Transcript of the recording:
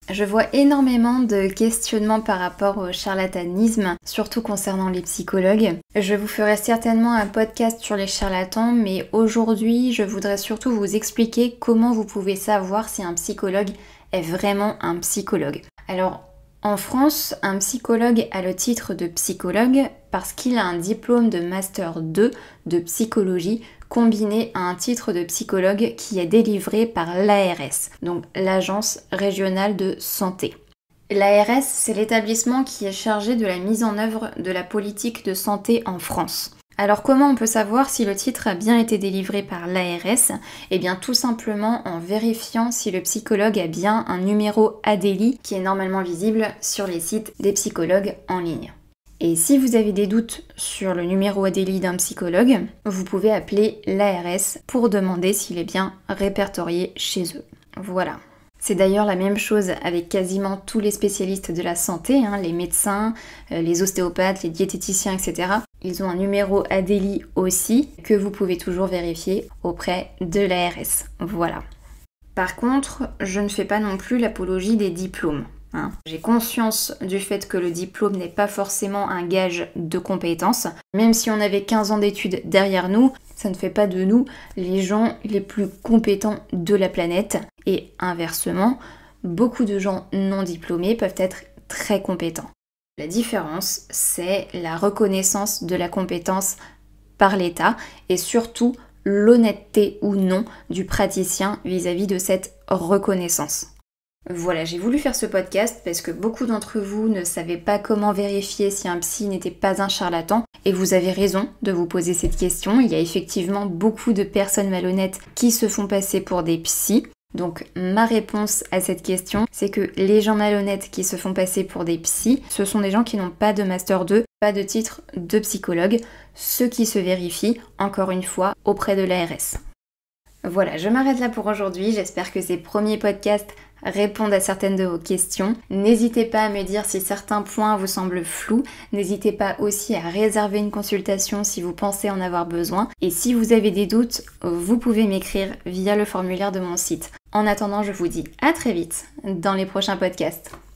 Je vois énormément de questionnements par rapport au charlatanisme, surtout concernant les psychologues. Je vous ferai certainement un podcast sur les charlatans, mais aujourd'hui, je voudrais surtout vous expliquer comment vous pouvez savoir si un psychologue est vraiment un psychologue. Alors, en France, un psychologue a le titre de psychologue parce qu'il a un diplôme de Master 2 de psychologie combiné à un titre de psychologue qui est délivré par l'ARS, donc l'Agence régionale de santé. L'ARS, c'est l'établissement qui est chargé de la mise en œuvre de la politique de santé en France. Alors comment on peut savoir si le titre a bien été délivré par l'ARS ? Eh bien tout simplement en vérifiant si le psychologue a bien un numéro ADELI qui est normalement visible sur les sites des psychologues en ligne. Et si vous avez des doutes sur le numéro ADELI d'un psychologue, vous pouvez appeler l'ARS pour demander s'il est bien répertorié chez eux. Voilà. C'est d'ailleurs la même chose avec quasiment tous les spécialistes de la santé, les médecins, les ostéopathes, les diététiciens, etc. Ils ont un numéro ADELI aussi que vous pouvez toujours vérifier auprès de l'ARS. Voilà. Par contre, je ne fais pas non plus l'apologie des diplômes. J'ai conscience du fait que le diplôme n'est pas forcément un gage de compétence. Même si on avait 15 ans d'études derrière nous, ça ne fait pas de nous les gens les plus compétents de la planète. Et inversement, beaucoup de gens non diplômés peuvent être très compétents. La différence, c'est la reconnaissance de la compétence par l'État et surtout l'honnêteté ou non du praticien vis-à-vis de cette reconnaissance. Voilà, j'ai voulu faire ce podcast parce que beaucoup d'entre vous ne savaient pas comment vérifier si un psy n'était pas un charlatan. Et vous avez raison de vous poser cette question. Il y a effectivement beaucoup de personnes malhonnêtes qui se font passer pour des psys. Donc ma réponse à cette question, c'est que les gens malhonnêtes qui se font passer pour des psys, ce sont des gens qui n'ont pas de Master 2, pas de titre de psychologue, ce qui se vérifie, encore une fois, auprès de l'ARS. Voilà, je m'arrête là pour aujourd'hui. J'espère que ces premiers podcasts répondent à certaines de vos questions. N'hésitez pas à me dire si certains points vous semblent flous. N'hésitez pas aussi à réserver une consultation si vous pensez en avoir besoin. Et si vous avez des doutes, vous pouvez m'écrire via le formulaire de mon site. En attendant, je vous dis à très vite dans les prochains podcasts.